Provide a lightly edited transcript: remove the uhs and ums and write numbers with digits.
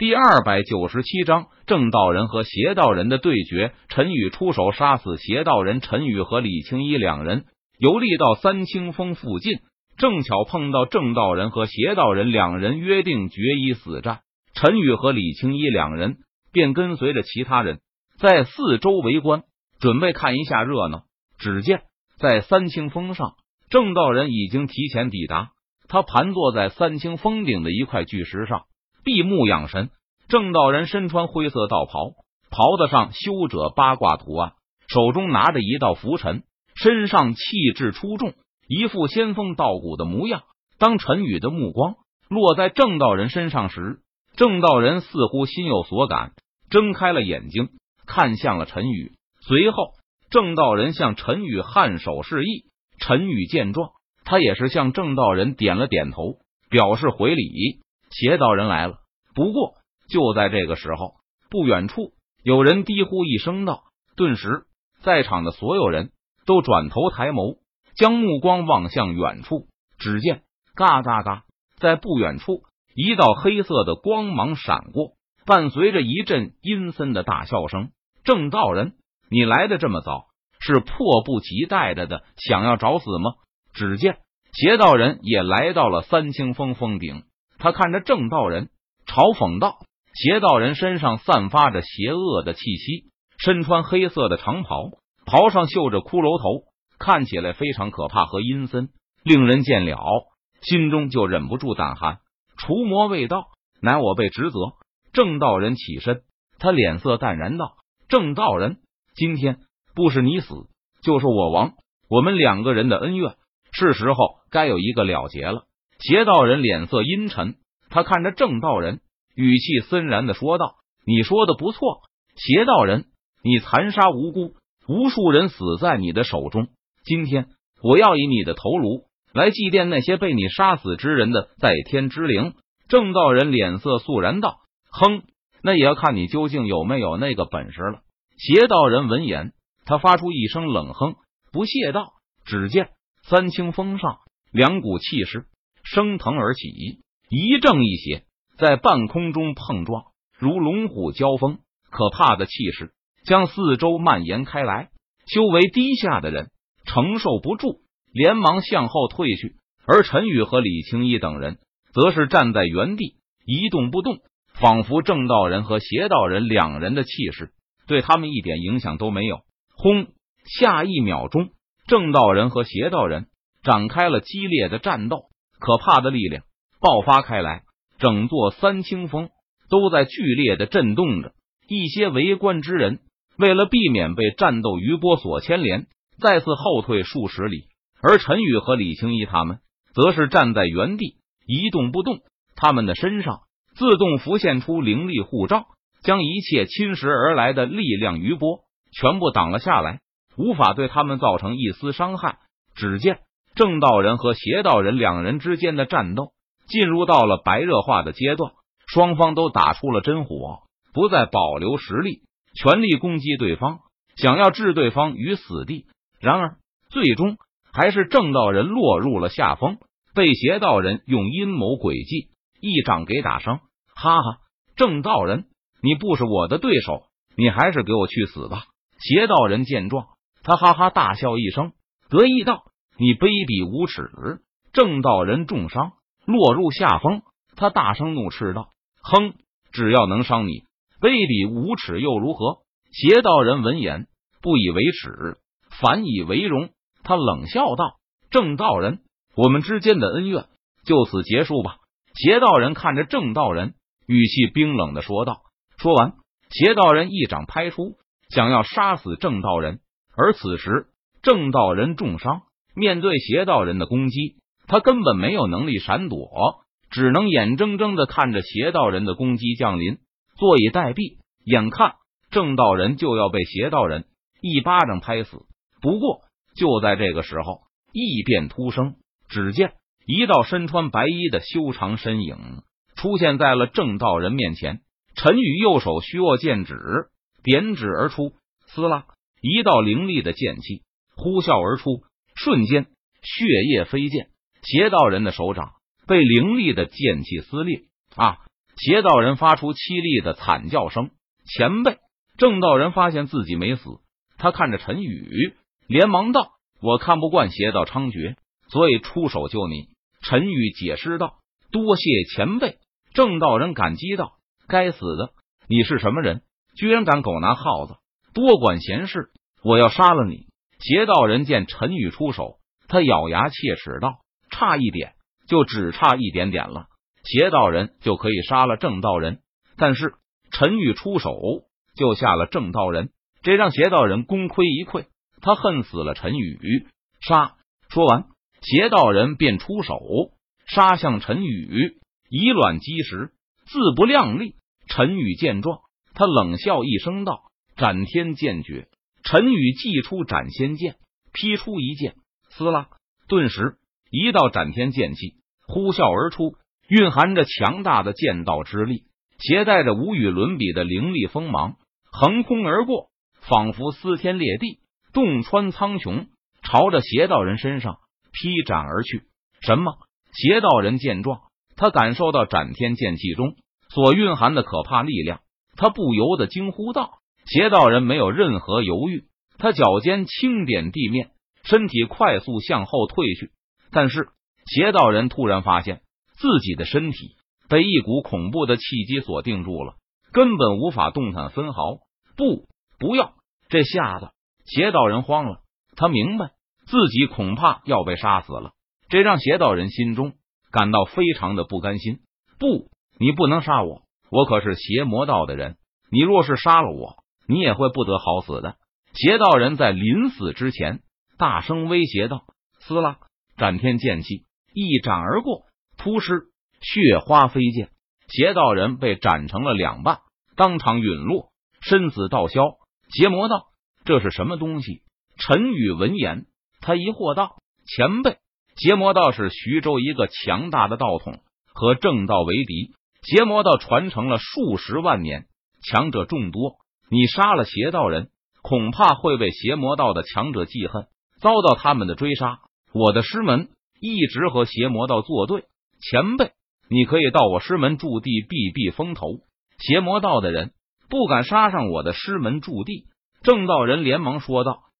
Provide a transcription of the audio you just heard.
第297章正道人和邪道人的对决。陈宇出手杀死邪道人陈宇和李青衣两人，游历到三清峰附近，正巧碰到正道人和邪道人两人约定决一死战。陈宇和李青衣两人便跟随着其他人在四周围观，准备看一下热闹。只见在三清峰上，正道人已经提前抵达，他盘坐在三清峰顶的一块巨石上，闭目养神。正道人身穿灰色道袍，袍子上修者八卦图案，手中拿着一道拂尘，身上气质出众，一副仙风道骨的模样。当陈宇的目光落在正道人身上时，正道人似乎心有所感，睁开了眼睛，看向了陈宇。随后正道人向陈宇颔首示意，陈宇见状，他也是向正道人点了点头，表示回礼。邪道人来了。不过就在这个时候，不远处有人低呼一声道，顿时在场的所有人都转头抬眸，将目光望向远处。只见嘎嘎嘎，在不远处一道黑色的光芒闪过，伴随着一阵阴森的大笑声。正道人，你来的这么早，是迫不及待的想要找死吗？只见邪道人也来到了三清峰峰顶，他看着正道人嘲讽道。邪道人身上散发着邪恶的气息，身穿黑色的长袍，袍上绣着骷髅头，看起来非常可怕和阴森，令人见了心中就忍不住胆寒。除魔未到，乃我辈职责。正道人起身，他脸色淡然道，正道人，今天不是你死就是我亡，我们两个人的恩怨是时候该有一个了结了。邪道人脸色阴沉，他看着正道人，语气森然的说道，你说的不错，邪道人，你残杀无辜，无数人死在你的手中，今天我要以你的头颅来祭奠那些被你杀死之人的在天之灵。正道人脸色肃然道，哼，那也要看你究竟有没有那个本事了。邪道人闻言，他发出一声冷哼，不屑道。只见三清峰上两股气势升腾而起，一正一邪在半空中碰撞，如龙虎交锋，可怕的气势将四周蔓延开来。修为低下的人承受不住，连忙向后退去，而陈宇和李青衣等人则是站在原地一动不动，仿佛正道人和邪道人两人的气势对他们一点影响都没有。轰！下一秒钟，正道人和邪道人展开了激烈的战斗，可怕的力量爆发开来，整座三清峰都在剧烈的震动着。一些围观之人为了避免被战斗余波所牵连，再次后退数十里，而陈宇和李青衣他们则是站在原地一动不动，他们的身上自动浮现出灵力护罩，将一切侵蚀而来的力量余波全部挡了下来，无法对他们造成一丝伤害。只见正道人和邪道人两人之间的战斗进入到了白热化的阶段，双方都打出了真火，不再保留实力，全力攻击对方，想要置对方于死地。然而最终还是正道人落入了下风，被邪道人用阴谋诡计一掌给打伤。哈哈，正道人，你不是我的对手，你还是给我去死吧。邪道人见状，他哈哈大笑一声，得意道，你卑鄙无耻。正道人重伤，落入下风，他大声怒斥道，哼，只要能伤你，卑鄙无耻又如何？邪道人闻言不以为耻，反以为荣，他冷笑道，正道人，我们之间的恩怨就此结束吧。邪道人看着正道人，语气冰冷的说道。说完，邪道人一掌拍出，想要杀死正道人。而此时正道人重伤，面对邪道人的攻击，他根本没有能力闪躲，只能眼睁睁的看着邪道人的攻击降临，坐以待毙。眼看正道人就要被邪道人一巴掌拍死，不过就在这个时候，异变突生，只见一道身穿白衣的修长身影出现在了正道人面前。陈宇右手虚握剑指，点指而出，撕拉，一道凌厉的剑气呼啸而出，瞬间血液飞溅，邪道人的手掌被凌厉的剑气撕裂。啊！ 邪道人发出凄厉的惨叫声。前辈！正道人发现自己没死，他看着陈宇，连忙道：“我看不惯邪道猖獗，所以出手救你。”陈宇解释道：“多谢前辈。”正道人感激道：“该死的，你是什么人？居然敢狗拿耗子，多管闲事！我要杀了你！”邪道人见陈宇出手，他咬牙切齿道：“差一点，就只差一点点了，邪道人就可以杀了正道人。”但是陈宇出手救下了正道人，这让邪道人功亏一篑，他恨死了陈宇。杀！说完，邪道人便出手杀向陈宇，以卵击石，自不量力。陈宇见状，他冷笑一声道：“斩天剑诀！”陈宇祭出斩仙剑，劈出一剑，撕拉，顿时一道斩天剑气呼啸而出，蕴含着强大的剑道之力，携带着无与伦比的凌厉锋芒，横空而过，仿佛撕天裂地，洞穿苍穹，朝着邪道人身上劈斩而去。什么？邪道人见状，他感受到斩天剑气中所蕴含的可怕力量，他不由得惊呼道。邪道人没有任何犹豫，他脚尖轻点地面，身体快速向后退去。但是邪道人突然发现自己的身体被一股恐怖的气机所定住了，根本无法动弹分毫。不要！这下子邪道人慌了，他明白自己恐怕要被杀死了，这让邪道人心中感到非常的不甘心。不，你不能杀我，我可是邪魔道的人，你若是杀了我，你也会不得好死的。邪道人在临死之前大声威胁道。撕拉，斩天剑气一斩而过，扑哧，血花飞溅，邪道人被斩成了两半，当场陨落，身死道消。邪魔道，这是什么东西？陈宇闻言，他疑惑道：“前辈，邪魔道是徐州一个强大的道统，和正道为敌，邪魔道传承了数十万年，强者众多，你杀了邪道人，恐怕会被邪魔道的强者记恨，遭到他们的追杀。我的师门一直和邪魔道作对，前辈，你可以到我师门驻地避避风头，邪魔道的人不敢杀上我的师门驻地。”正道人连忙说道。